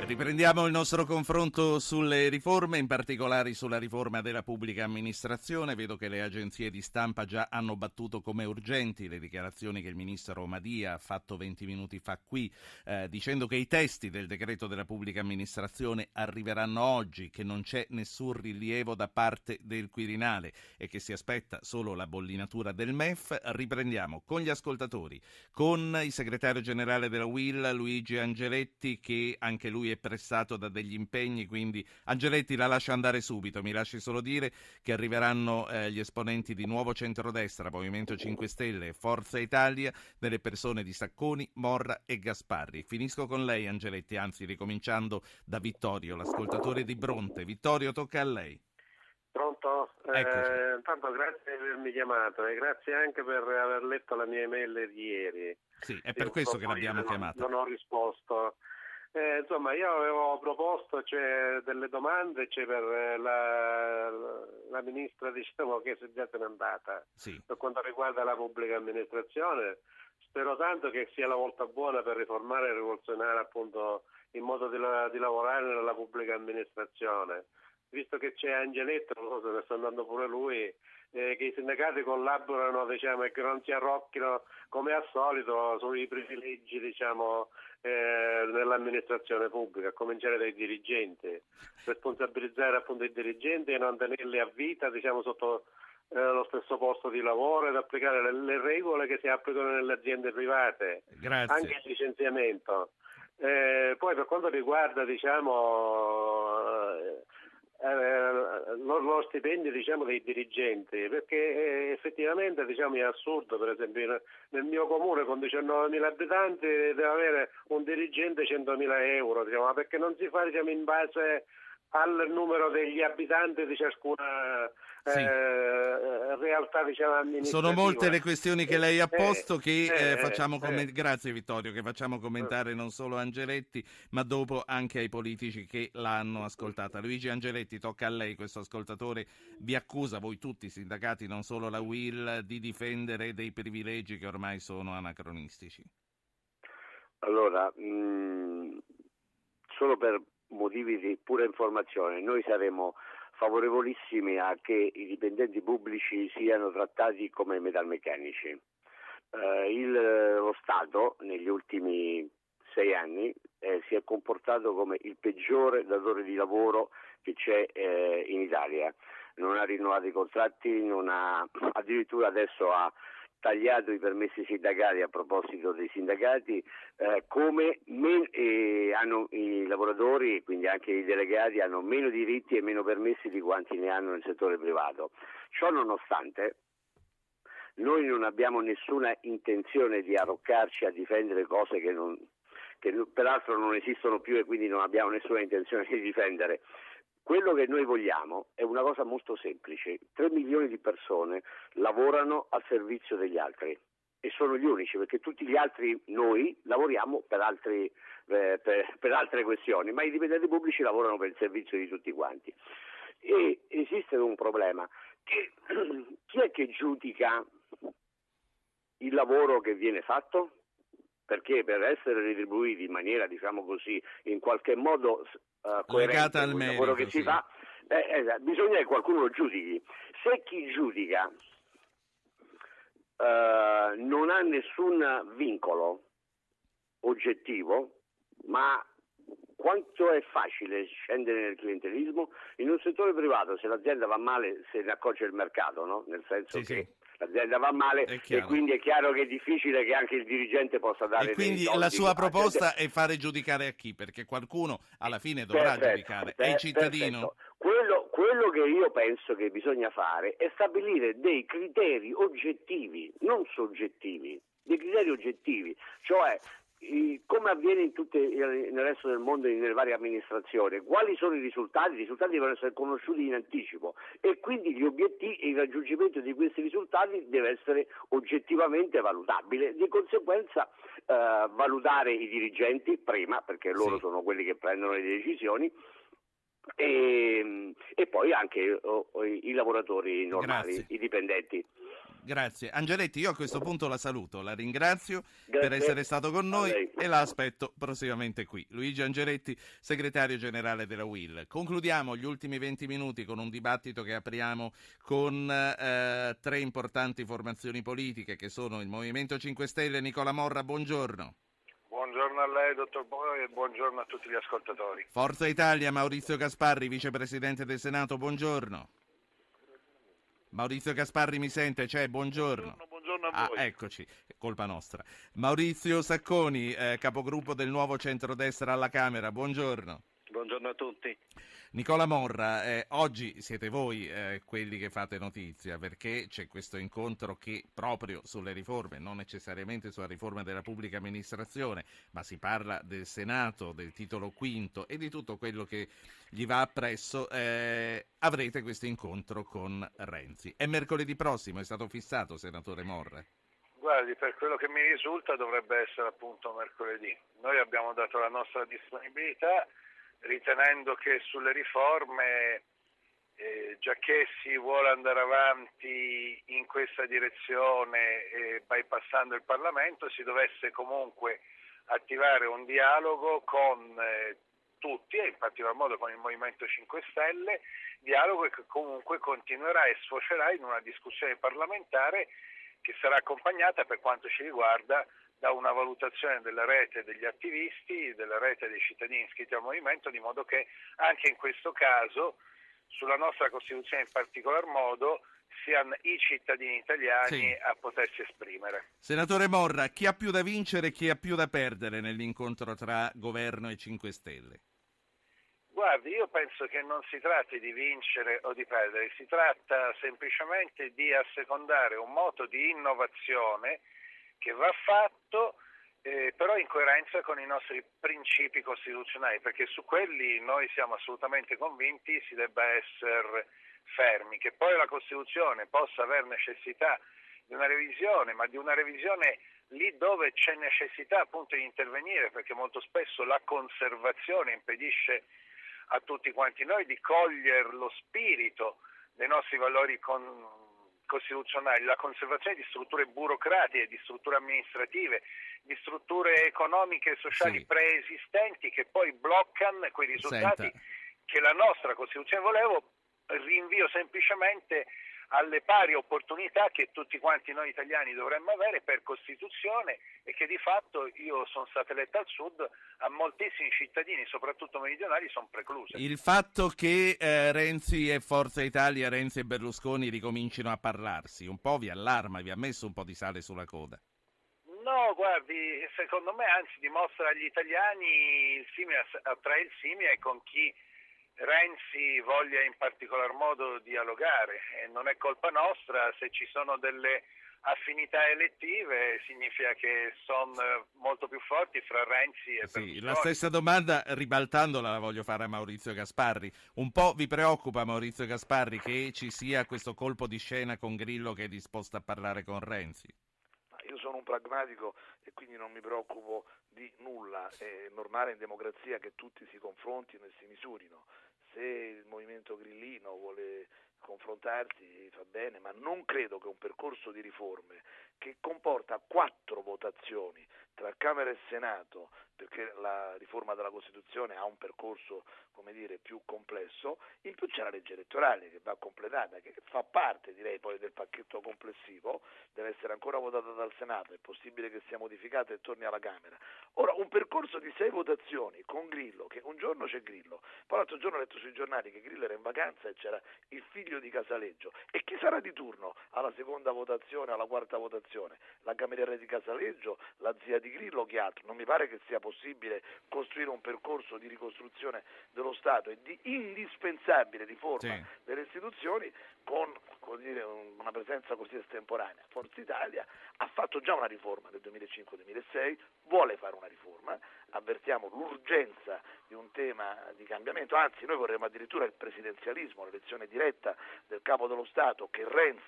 Riprendiamo il nostro confronto sulle riforme, in particolare sulla riforma della pubblica amministrazione. Vedo che le agenzie di stampa già hanno battuto come urgenti le dichiarazioni che il ministro Madia ha fatto 20 minuti fa qui, dicendo che i testi del decreto della pubblica amministrazione arriveranno oggi, che non c'è nessun rilievo da parte del Quirinale e che si aspetta solo la bollinatura del MEF. Riprendiamo con gli ascoltatori, con il segretario generale della UIL, Luigi Angeletti, che anche lui è pressato da degli impegni, quindi Angeletti la lascio andare subito. Mi lasci solo dire che arriveranno gli esponenti di Nuovo Centrodestra, Movimento 5 Stelle e Forza Italia, delle persone di Sacconi, Morra e Gasparri. Finisco con lei, Angeletti, anzi ricominciando da Vittorio, l'ascoltatore di Bronte. Vittorio, tocca a lei. Pronto? Eccoci. Intanto grazie per avermi chiamato e grazie anche per aver letto la mia email di ieri. Sì, è per questo che l'abbiamo chiamata. Non ho risposto. Insomma, io avevo proposto delle domande per la ministra, diciamo, che già se n'è andata. Sì. Per quanto riguarda la pubblica amministrazione, spero tanto che sia la volta buona per riformare e rivoluzionare appunto il modo di lavorare nella pubblica amministrazione. Visto che c'è Angeletti, non so se ne sta andando pure lui, che i sindacati collaborano, diciamo, e che non si arrocchino come al solito sui privilegi, diciamo, nell'amministrazione pubblica, a cominciare dai dirigenti, responsabilizzare appunto i dirigenti e non tenerli a vita, diciamo, sotto lo stesso posto di lavoro, ed applicare le regole che si applicano nelle aziende private. Grazie. Anche il licenziamento. Poi per quanto riguarda, diciamo, lo stipendio, diciamo, dei dirigenti, perché effettivamente, diciamo, è assurdo. Per esempio nel mio comune con 19.000 abitanti deve avere un dirigente 100.000 euro, diciamo, ma perché non si fa, diciamo, in base al numero degli abitanti di ciascuna realtà, diciamo, amministrativa. Sono molte le questioni che lei ha posto che facciamo grazie Vittorio, che facciamo commentare non solo Angeletti ma dopo anche ai politici che l'hanno ascoltata. Luigi Angeletti, tocca a lei. Questo ascoltatore vi accusa, voi tutti i sindacati, non solo la UIL, di difendere dei privilegi che ormai sono anacronistici. Allora, solo per motivi di pura informazione, noi saremo favorevolissimi a che i dipendenti pubblici siano trattati come metalmeccanici. Lo Stato negli ultimi 6 anni si è comportato come il peggiore datore di lavoro che c'è in Italia. Non ha rinnovato i contratti, addirittura adesso ha tagliato i permessi sindacali. A proposito dei sindacati, hanno i lavoratori, quindi anche i delegati, hanno meno diritti e meno permessi di quanti ne hanno nel settore privato. Ciò nonostante, noi non abbiamo nessuna intenzione di arroccarci a difendere cose che peraltro non esistono più, e quindi non abbiamo nessuna intenzione di difendere. Quello che noi vogliamo è una cosa molto semplice: 3 milioni di persone lavorano al servizio degli altri e sono gli unici, perché tutti gli altri, noi lavoriamo per altre questioni, ma i dipendenti pubblici lavorano per il servizio di tutti quanti. E esiste un problema: che chi è che giudica il lavoro che viene fatto? Perché per essere retribuiti in maniera, diciamo così, in qualche modo coerente al con il merito, lavoro che si fa, bisogna che qualcuno lo giudichi. Se chi giudica non ha nessun vincolo oggettivo, ma quanto è facile scendere nel clientelismo? In un settore privato, se l'azienda va male, se ne accorge il mercato, no? Nel senso che l'azienda va male e quindi è chiaro che è difficile che anche il dirigente possa dare. E quindi la sua proposta è fare giudicare a chi? Perché qualcuno alla fine dovrà giudicare, è il cittadino. Quello che io penso che bisogna fare è stabilire dei criteri oggettivi, non soggettivi, dei criteri oggettivi, cioè come avviene nel resto del mondo e nelle varie amministrazioni, quali sono i risultati? I risultati devono essere conosciuti in anticipo e quindi gli obiettivi e il raggiungimento di questi risultati deve essere oggettivamente valutabile. Di conseguenza valutare i dirigenti prima, perché loro sono quelli che prendono le decisioni, e poi anche i lavoratori normali, i dipendenti. Grazie. Angeletti, io a questo punto la saluto, la ringrazio Grazie per essere stato con noi lei. e la aspetto prossimamente qui. Luigi Angeletti, segretario generale della UIL. Concludiamo gli ultimi 20 minuti con un dibattito che apriamo con tre importanti formazioni politiche che sono il Movimento 5 Stelle. Nicola Morra, buongiorno. Buongiorno a lei, dottor Boi, e buongiorno a tutti gli ascoltatori. Forza Italia, Maurizio Gasparri, vicepresidente del Senato, buongiorno. Maurizio Gasparri mi sente? C'è? Buongiorno. Buongiorno a voi. Eccoci, è colpa nostra. Maurizio Sacconi, capogruppo del Nuovo Centrodestra alla Camera, buongiorno. Buongiorno a tutti. Nicola Morra, oggi siete voi quelli che fate notizia, perché c'è questo incontro che proprio sulle riforme, non necessariamente sulla riforma della pubblica amministrazione, ma si parla del Senato, del titolo quinto e di tutto quello che gli va appresso, avrete questo incontro con Renzi. È mercoledì prossimo, è stato fissato, senatore Morra? Guardi, per quello che mi risulta dovrebbe essere appunto mercoledì. Noi abbiamo dato la nostra disponibilità, ritenendo che sulle riforme, giacché si vuole andare avanti in questa direzione bypassando il Parlamento, si dovesse comunque attivare un dialogo con tutti e in particolar modo con il Movimento 5 Stelle, dialogo che comunque continuerà e sfocerà in una discussione parlamentare che sarà accompagnata, per quanto ci riguarda, da una valutazione della rete degli attivisti, della rete dei cittadini iscritti al movimento, di modo che anche in questo caso, sulla nostra Costituzione in particolar modo, siano i cittadini italiani a potersi esprimere. Senatore Morra, chi ha più da vincere e chi ha più da perdere nell'incontro tra governo e 5 Stelle? Guardi, io penso che non si tratti di vincere o di perdere, si tratta semplicemente di assecondare un moto di innovazione che va fatto, però in coerenza con i nostri principi costituzionali, perché su quelli noi siamo assolutamente convinti si debba essere fermi. Che poi la Costituzione possa aver necessità di una revisione, ma di una revisione lì dove c'è necessità appunto di intervenire, perché molto spesso la conservazione impedisce a tutti quanti noi di cogliere lo spirito dei nostri valori costituzionali, la conservazione di strutture burocratiche, di strutture amministrative, di strutture economiche e sociali preesistenti che poi bloccano quei risultati che la nostra Costituzione voleva. Rinvio semplicemente alle pari opportunità che tutti quanti noi italiani dovremmo avere per Costituzione e che di fatto, io sono stato eletto al Sud, a moltissimi cittadini, soprattutto meridionali, sono precluse. Il fatto che Renzi e Forza Italia, Renzi e Berlusconi ricomincino a parlarsi, un po' vi allarma, vi ha messo un po' di sale sulla coda? No, guardi, secondo me anzi dimostra agli italiani attrae il simile con chi Renzi voglia in particolar modo dialogare, e non è colpa nostra se ci sono delle affinità elettive, significa che sono molto più forti fra Renzi e Berlusconi. La stessa domanda, ribaltandola, la voglio fare a Maurizio Gasparri. Un po' vi preoccupa, Maurizio Gasparri, che ci sia questo colpo di scena con Grillo che è disposto a parlare con Renzi? Io sono un pragmatico e quindi non mi preoccupo di nulla. È normale in democrazia che tutti si confrontino e si misurino. Se il movimento grillino vuole confrontarsi fa bene, ma non credo che un percorso di riforme che comporta 4 votazioni tra Camera e Senato, perché la riforma della Costituzione ha un percorso, come dire, più complesso, in più c'è la legge elettorale che va completata, che fa parte, direi, poi del pacchetto complessivo, deve essere ancora votata dal Senato, è possibile che sia modificata e torni alla Camera. Ora, un percorso di 6 votazioni con Grillo, che un giorno c'è Grillo, poi l'altro giorno ho letto sui giornali che Grillo era in vacanza e c'era il figlio di Casaleggio, e chi sarà di turno alla seconda votazione, alla quarta votazione? La cameriera di Casaleggio, la zia di Grillo, chi altro? Non mi pare che sia possibile costruire un percorso di ricostruzione dello Stato e di indispensabile riforma delle istituzioni con, come dire, una presenza così estemporanea. Forza Italia ha fatto già una riforma nel 2005-2006, vuole fare una riforma, avvertiamo l'urgenza di un tema di cambiamento, anzi noi vorremmo addirittura il presidenzialismo, l'elezione diretta del capo dello Stato che Renzi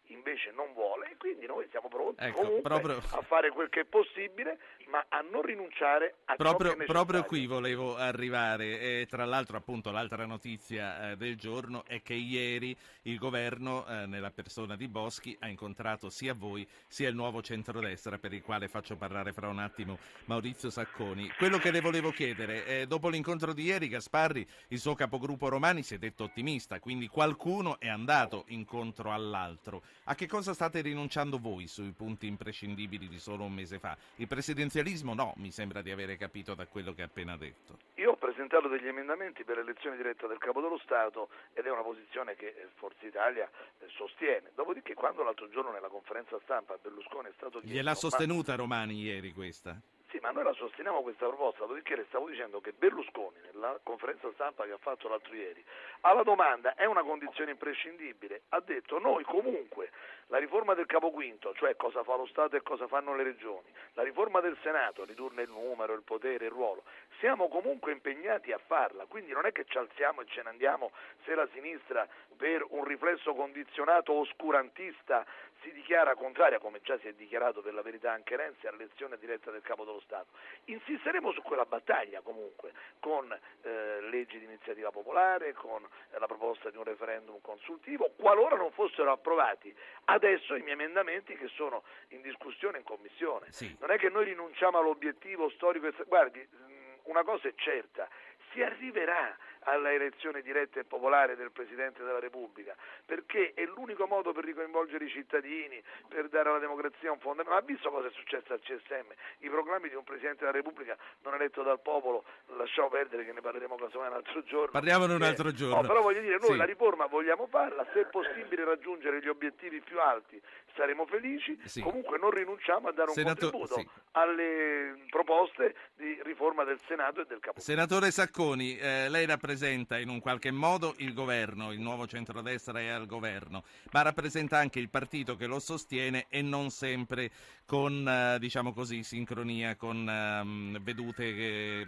invece non vuole, e quindi noi siamo pronti comunque a fare quel che è possibile, ma a non rinunciare a ciò che è necessario. Proprio qui volevo arrivare, e tra l'altro appunto l'altra notizia del giorno è che ieri il governo, nella persona di Boschi, ha incontrato sia voi sia il nuovo centrodestra, per il quale faccio parlare fra un attimo Maurizio Sacconi. Quello che le volevo chiedere, dopo l'incontro di ieri Gasparri, il suo capogruppo Romani, si è detto ottimista, quindi qualcuno è andato incontro all'altro. A che cosa state rinunciando voi sui punti imprescindibili di solo un mese fa? Il presidenzialismo no, mi sembra di avere capito da quello che ha appena detto. Io ho presentato degli emendamenti per l'elezione diretta del Capo dello Stato ed è una posizione che Forza Italia sostiene. Dopodiché, quando l'altro giorno nella conferenza stampa Berlusconi è stato chiesto... Gliel'ha sostenuta Romani ieri questa? Sì, ma noi la sosteniamo questa proposta, dopodiché le stavo dicendo che Berlusconi, nella conferenza stampa che ha fatto l'altro ieri, alla domanda è una condizione imprescindibile, ha detto noi comunque la riforma del Capo Quinto, cioè cosa fa lo Stato e cosa fanno le regioni, la riforma del Senato, ridurne il numero, il potere, il ruolo, siamo comunque impegnati a farla, quindi non è che ci alziamo e ce ne andiamo se la sinistra per un riflesso condizionato oscurantista si dichiara contraria, come già si è dichiarato per la verità anche Renzi, all'elezione diretta del Capo dello Stato. Insisteremo su quella battaglia comunque, con leggi di iniziativa popolare, con la proposta di un referendum consultivo, qualora non fossero approvati adesso i miei emendamenti che sono in discussione in Commissione. Sì. Non è che noi rinunciamo all'obiettivo storico, guardi, una cosa è certa, si arriverà alla elezione diretta e popolare del Presidente della Repubblica, perché è l'unico modo per ricoinvolgere i cittadini, per dare alla democrazia un fondamento. Ma ha visto cosa è successo al CSM? I proclami di un Presidente della Repubblica non eletto dal popolo, lasciamo perdere, che ne parleremo casomai un altro giorno. Parliamone un altro giorno. No, però voglio dire, noi sì. La riforma vogliamo farla, se è possibile raggiungere gli obiettivi più alti saremo felici, sì. Comunque non rinunciamo a dare un contributo alle proposte di riforma del Senato e del Capo. Senatore Sacconi, lei rappresenta in un qualche modo il governo, il nuovo centrodestra è al governo, ma rappresenta anche il partito che lo sostiene e non sempre con, diciamo così, sincronia, con vedute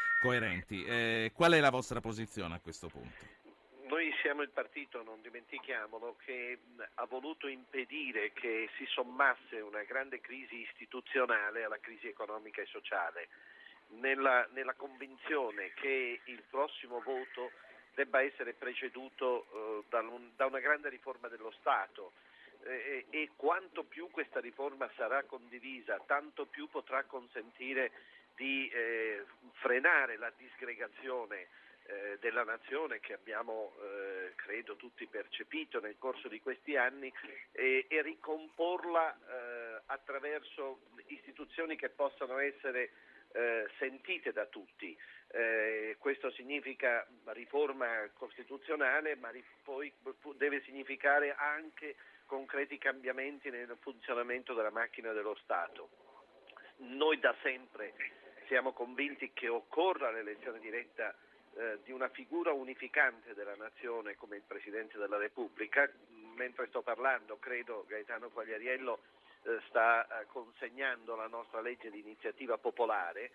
coerenti. Qual è la vostra posizione a questo punto? Noi siamo il partito, non dimentichiamolo, che ha voluto impedire che si sommasse una grande crisi istituzionale alla crisi economica e sociale, nella convinzione che il prossimo voto debba essere preceduto da una grande riforma dello Stato e quanto più questa riforma sarà condivisa, tanto più potrà consentire di frenare la disgregazione della nazione che abbiamo credo tutti percepito nel corso di questi anni e ricomporla attraverso istituzioni che possano essere sentite da tutti. Questo significa riforma costituzionale, ma poi deve significare anche concreti cambiamenti nel funzionamento della macchina dello Stato. Noi da sempre siamo convinti che occorra l'elezione diretta di una figura unificante della nazione come il Presidente della Repubblica. Mentre sto parlando, credo Gaetano Quagliariello sta consegnando la nostra legge di iniziativa popolare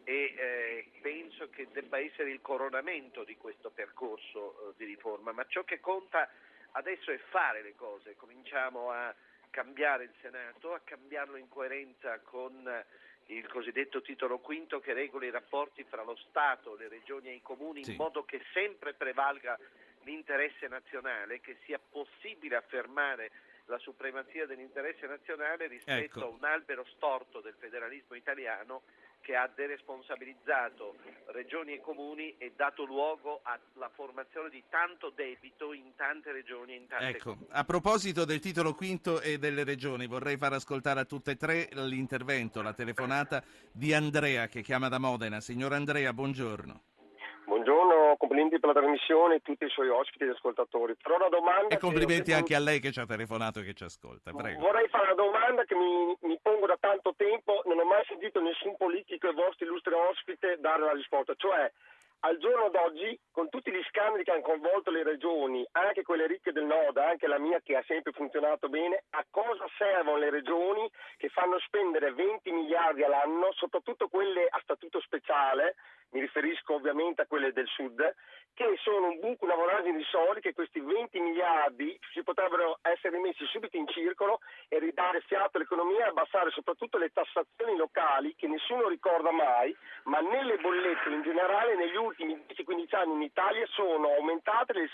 e penso che debba essere il coronamento di questo percorso di riforma, ma ciò che conta adesso è fare le cose. Cominciamo a cambiare il Senato, a cambiarlo in coerenza con il cosiddetto titolo quinto che regoli i rapporti fra lo Stato, le regioni e i comuni in modo che sempre prevalga l'interesse nazionale, che sia possibile affermare la supremazia dell'interesse nazionale rispetto a un albero storto del federalismo italiano che ha deresponsabilizzato regioni e comuni e dato luogo alla formazione di tanto debito in tante regioni e in tante comuni. A proposito del titolo quinto e delle regioni, vorrei far ascoltare a tutte e tre l'intervento, la telefonata di Andrea che chiama da Modena. Signor Andrea, buongiorno. Buongiorno, complimenti per la trasmissione e tutti i suoi ospiti e ascoltatori. Però una domanda e complimenti anche a lei che ci ha telefonato e che ci ascolta. Prego. Vorrei fare una domanda che mi pongo da tanto tempo, non ho mai sentito nessun politico e vostro illustre ospite dare la risposta, cioè al giorno d'oggi, con tutti gli scandali che hanno coinvolto le regioni, anche quelle ricche del nord, anche la mia che ha sempre funzionato bene, a cosa servono le regioni che fanno spendere 20 miliardi all'anno, soprattutto quelle a statuto speciale, mi riferisco ovviamente a quelle del sud, che sono un buco, una voragine di soldi, che questi 20 miliardi si potrebbero essere messi subito in circolo e ridare fiato all'economia e abbassare soprattutto le tassazioni locali, che nessuno ricorda mai, ma nelle bollette in generale negli ultimi 10-15 anni in Italia sono aumentate del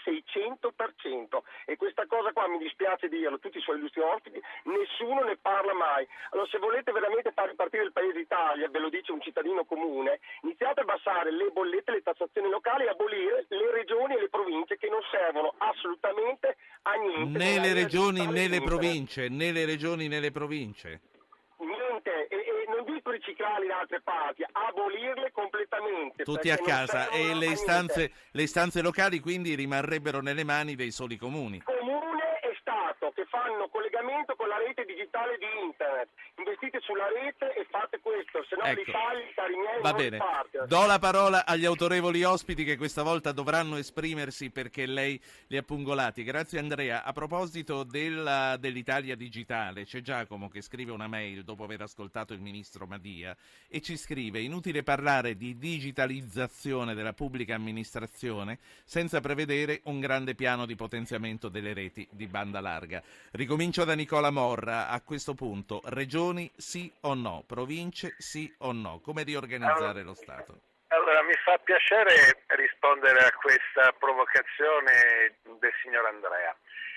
600%, e questa cosa qua mi dispiace dirlo, tutti i suoi illustri ospiti, nessuno ne parla mai. Allora, se volete veramente far ripartire il paese Italia, ve lo dice un cittadino comune, iniziate a abbassare le bollette, le tassazioni locali e abolire le regioni e le province, che non servono assolutamente a niente. Né le regioni né le province, né le regioni né le province. Niente, e non dico riciclarle in altre parti, abolirle completamente. Tutti a casa, e le istanze locali quindi rimarrebbero nelle mani dei soli comuni. Comune e Stato, che fanno collegamento con la rete digitale di internet. Investite sulla rete e fate questo, se no Ecco. l'Italia, cari miei, Va non bene, riparte. do la parola agli autorevoli ospiti che questa volta dovranno esprimersi perché lei li ha pungolati. Grazie Andrea. A proposito dell'Italia digitale, c'è Giacomo che scrive una mail dopo aver ascoltato il ministro Madia e ci scrive: inutile parlare di digitalizzazione della pubblica amministrazione senza prevedere un grande piano di potenziamento delle reti di banda larga. Ricomincio da Nicola Morra. A questo punto, regioni sì o no? Province sì o no? Come riorganizzare lo Stato? Allora, mi fa piacere rispondere a questa provocazione del signor Andrea.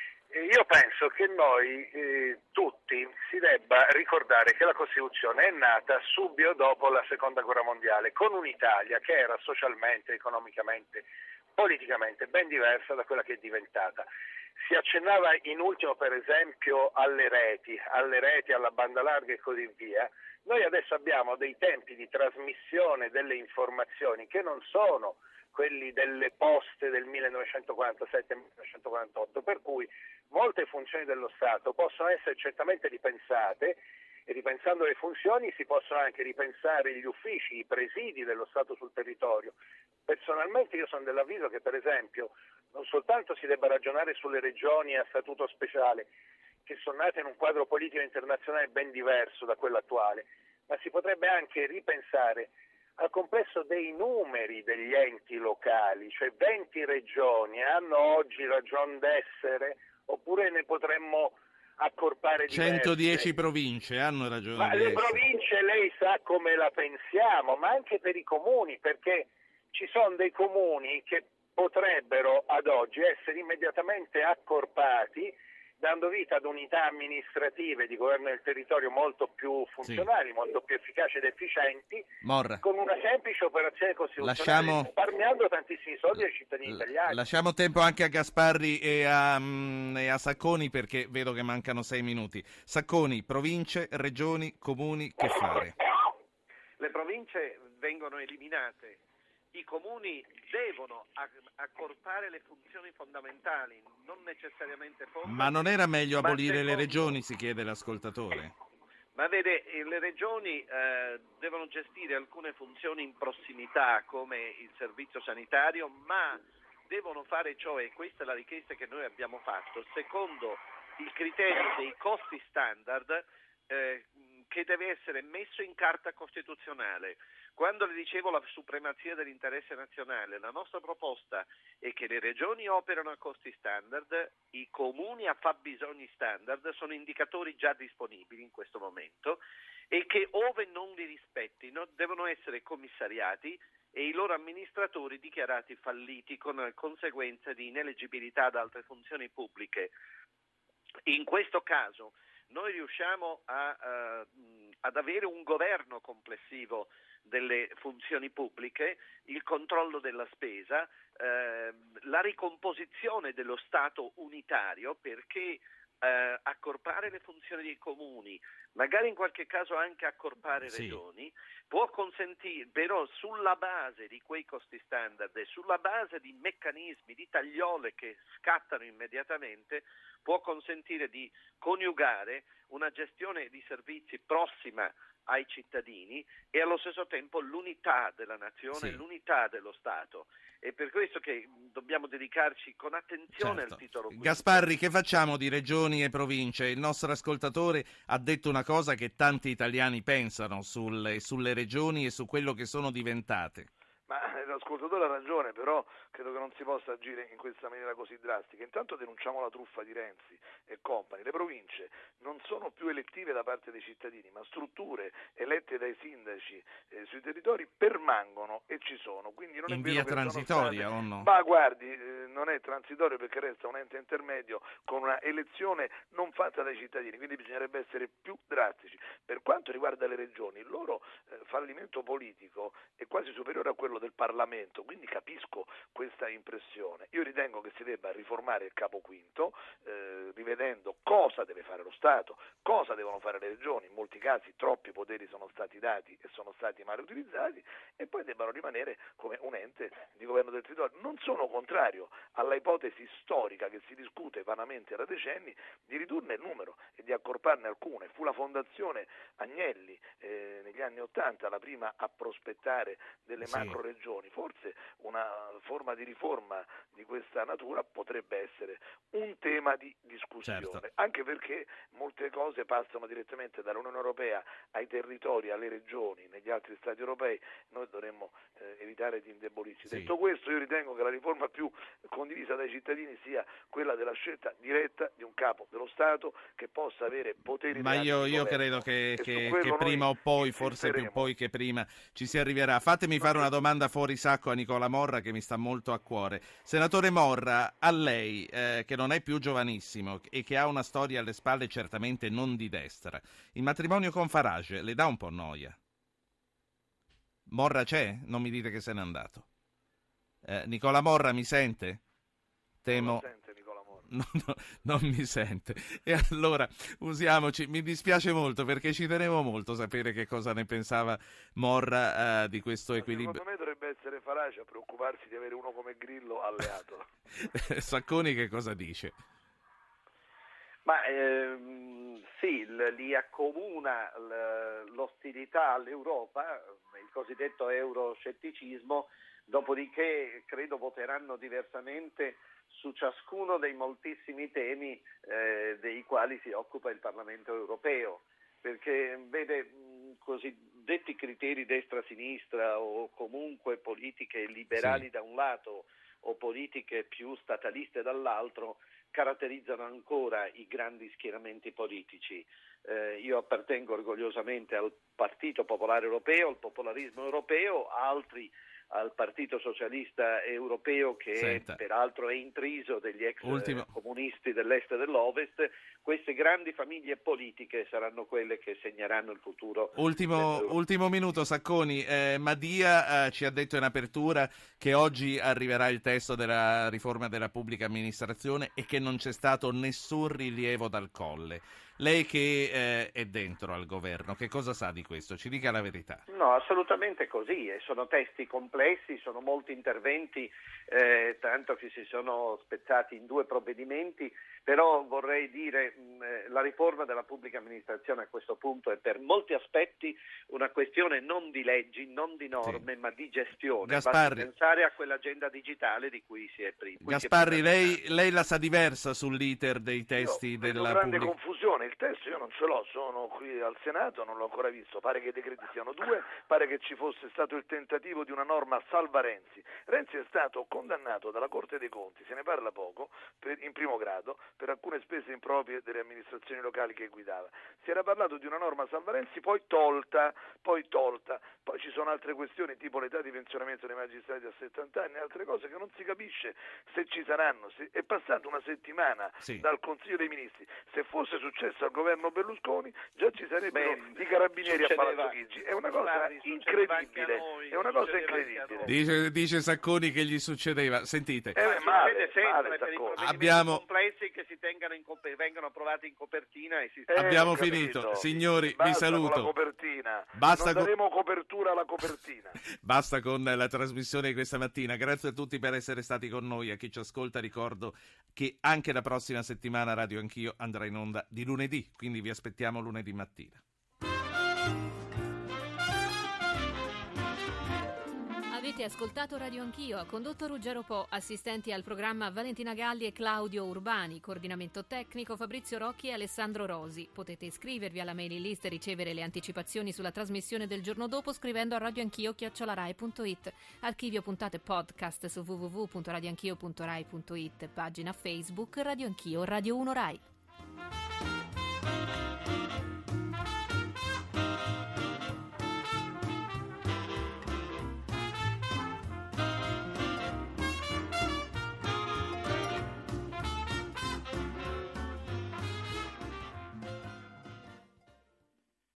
Io penso che noi tutti si debba ricordare che la Costituzione è nata subito dopo la Seconda Guerra Mondiale, con un'Italia che era socialmente, economicamente, politicamente ben diversa da quella che è diventata. Si accennava in ultimo, per esempio, alle reti, alla banda larga e così via. Noi adesso abbiamo dei tempi di trasmissione delle informazioni che non sono quelli delle poste del 1947-1948, per cui molte funzioni dello Stato possono essere certamente ripensate, e ripensando le funzioni si possono anche ripensare gli uffici, i presidi dello Stato sul territorio. Personalmente io sono dell'avviso che, per esempio, non soltanto si debba ragionare sulle regioni a statuto speciale, che sono nate in un quadro politico internazionale ben diverso da quello attuale, ma si potrebbe anche ripensare al complesso dei numeri degli enti locali, cioè 20 regioni hanno oggi ragion d'essere, oppure ne potremmo accorpare diverse. 110 province hanno ragione. Ma le province lei sa come la pensiamo, ma anche per i comuni, perché ci sono dei comuni che potrebbero ad oggi essere immediatamente accorpati, dando vita ad unità amministrative di governo del territorio molto più funzionali, molto più efficaci ed efficienti, Morra, con una semplice operazione costituzionale, risparmiando tantissimi soldi ai cittadini italiani. Lasciamo tempo anche a Gasparri e a Sacconi, perché vedo che mancano 6 minuti. Sacconi, province, regioni, comuni, che fare? Le province vengono eliminate. I comuni devono accorpare le funzioni fondamentali, non necessariamente fondamentali. Ma non era meglio abolire le regioni, si chiede l'ascoltatore? Ma vede, le regioni devono gestire alcune funzioni in prossimità, come il servizio sanitario, ma devono fare ciò, e questa è la richiesta che noi abbiamo fatto, secondo il criterio dei costi standard che deve essere messo in carta costituzionale. Quando le dicevo la supremazia dell'interesse nazionale, la nostra proposta è che le regioni operano a costi standard, i comuni a fabbisogni standard, sono indicatori già disponibili in questo momento, e che ove non li rispettino devono essere commissariati e i loro amministratori dichiarati falliti con conseguenza di ineleggibilità ad altre funzioni pubbliche. In questo caso noi riusciamo ad avere un governo complessivo delle funzioni pubbliche, il controllo della spesa, la ricomposizione dello Stato unitario, perché accorpare le funzioni dei comuni, magari in qualche caso anche accorpare regioni, può consentire, però sulla base di quei costi standard e sulla base di meccanismi, di tagliole che scattano immediatamente, può consentire di coniugare una gestione di servizi prossima ai cittadini e allo stesso tempo l'unità della nazione, l'unità dello Stato. È per questo che dobbiamo dedicarci con attenzione al titolo quinto. Gasparri, che facciamo di regioni e province? Il nostro ascoltatore ha detto una cosa che tanti italiani pensano sulle regioni e su quello che sono diventate. Ma l'ascoltatore ha ragione, però credo che non si possa agire in questa maniera così drastica. Intanto denunciamo la truffa di Renzi e compagni. Le province non sono più elettive da parte dei cittadini, ma strutture elette dai sindaci sui territori permangono e ci sono. Quindi non in è vero via che transitoria sono state... o no? Ma guardi, non è transitorio perché resta un ente intermedio con una elezione non fatta dai cittadini, quindi bisognerebbe essere più drastici. Per quanto riguarda le regioni, il loro fallimento politico è quasi superiore a quello del Parlamento, quindi capisco questa impressione. Io ritengo che si debba riformare il capo quinto, rivedendo cosa deve fare lo Stato, cosa devono fare le regioni. In molti casi troppi poteri sono stati dati e sono stati male utilizzati, e poi debbano rimanere come un ente di governo del territorio. Non sono contrario alla ipotesi storica che si discute vanamente da decenni di ridurne il numero e di accorparne alcune. Fu la Fondazione Agnelli negli anni '80 la prima a prospettare delle macro regioni. Forse una forma di riforma di questa natura potrebbe essere un tema di discussione, certo. Anche perché molte cose passano direttamente dall'Unione Europea ai territori, alle regioni, negli altri Stati europei. Noi dovremmo evitare di indebolirci. Sì. Detto questo, io ritengo che la riforma più condivisa dai cittadini sia quella della scelta diretta di un capo dello Stato che possa avere poteri. Ma io credo che prima o poi, forse più poi che prima, ci si arriverà. Fatemi fare una domanda fuori sacco a Nicola Morra, che mi sta molto a cuore. Senatore Morra, a lei, che non è più giovanissimo e che ha una storia alle spalle certamente non di destra, il matrimonio con Farage le dà un po' noia? Morra c'è? Non mi dite che se n'è andato. Nicola Morra mi sente? Temo... Non sente Nicola Morra. No, non mi sente. E allora usiamoci, mi dispiace molto perché ci tenevo molto a sapere che cosa ne pensava Morra di questo equilibrio. Secondo me dovrebbe essere Farage a preoccuparsi di avere uno come Grillo alleato. Sacconi che cosa dice? Ma sì, li accomuna l'ostilità all'Europa, il cosiddetto euroscetticismo, dopodiché credo voteranno diversamente su ciascuno dei moltissimi temi dei quali si occupa il Parlamento europeo, perché vede cosiddetti criteri destra-sinistra o comunque politiche liberali da un lato o politiche più stataliste dall'altro caratterizzano ancora i grandi schieramenti politici. Io appartengo orgogliosamente al Partito Popolare Europeo, al popolarismo europeo, altri al Partito Socialista Europeo che peraltro è intriso degli ex comunisti dell'est e dell'ovest. Queste grandi famiglie politiche saranno quelle che segneranno il futuro. Ultimo minuto, Sacconi. Madia ci ha detto in apertura che oggi arriverà il testo della riforma della pubblica amministrazione e che non c'è stato nessun rilievo dal Colle. Lei che è dentro al governo, che cosa sa di questo? Ci dica la verità. No, assolutamente così, sono testi complessi, sono molti interventi, tanto che si sono spezzati in 2 provvedimenti, però vorrei dire la riforma della pubblica amministrazione a questo punto è per molti aspetti una questione non di leggi, non di norme, ma di gestione. Gasparri. Basti pensare a quell'agenda digitale di cui si è prima. Gasparri, lei la sa diversa sull'iter dei testi della grande pubblica... confusione. Il testo io non ce l'ho, sono qui al Senato, non l'ho ancora visto, pare che i decreti siano 2, pare che ci fosse stato il tentativo di una norma salva Renzi. Renzi è stato condannato dalla Corte dei Conti, se ne parla poco, in primo grado, per alcune spese improprie delle amministrazioni locali che guidava. Si era parlato di una norma salva Renzi, poi tolta, poi ci sono altre questioni tipo l'età di pensionamento dei magistrati a 70 anni, altre cose che non si capisce se ci saranno. È passata una settimana dal Consiglio dei Ministri, se fosse successo al governo Berlusconi già ci sarebbero i carabinieri a Palazzo Chigi. È una cosa incredibile, è una cosa incredibile. Dice Sacconi che gli succedeva. Sentite, male per i abbiamo complessi che si vengono approvati in copertina e si abbiamo finito, signori. Vi saluto. Con la copertina. Basta non daremo copertura alla copertina. Basta con la trasmissione di questa mattina. Grazie a tutti per essere stati con noi. A chi ci ascolta ricordo che anche la prossima settimana Radio Anch'io andrà in onda di lunedì, quindi vi aspettiamo lunedì mattina. Avete Avete ascoltato Radio Anch'io, ha condotto Ruggero Po, assistenti al programma Valentina Galli e Claudio Urbani, coordinamento tecnico Fabrizio Rocchi e Alessandro Rosi. Potete iscrivervi alla mailing list e ricevere le anticipazioni sulla trasmissione del giorno dopo scrivendo a radioanchio@rai.it. Archivio puntate podcast su www.radioanchio.rai.it, pagina Facebook Radio Anch'io, Radio 1 Rai.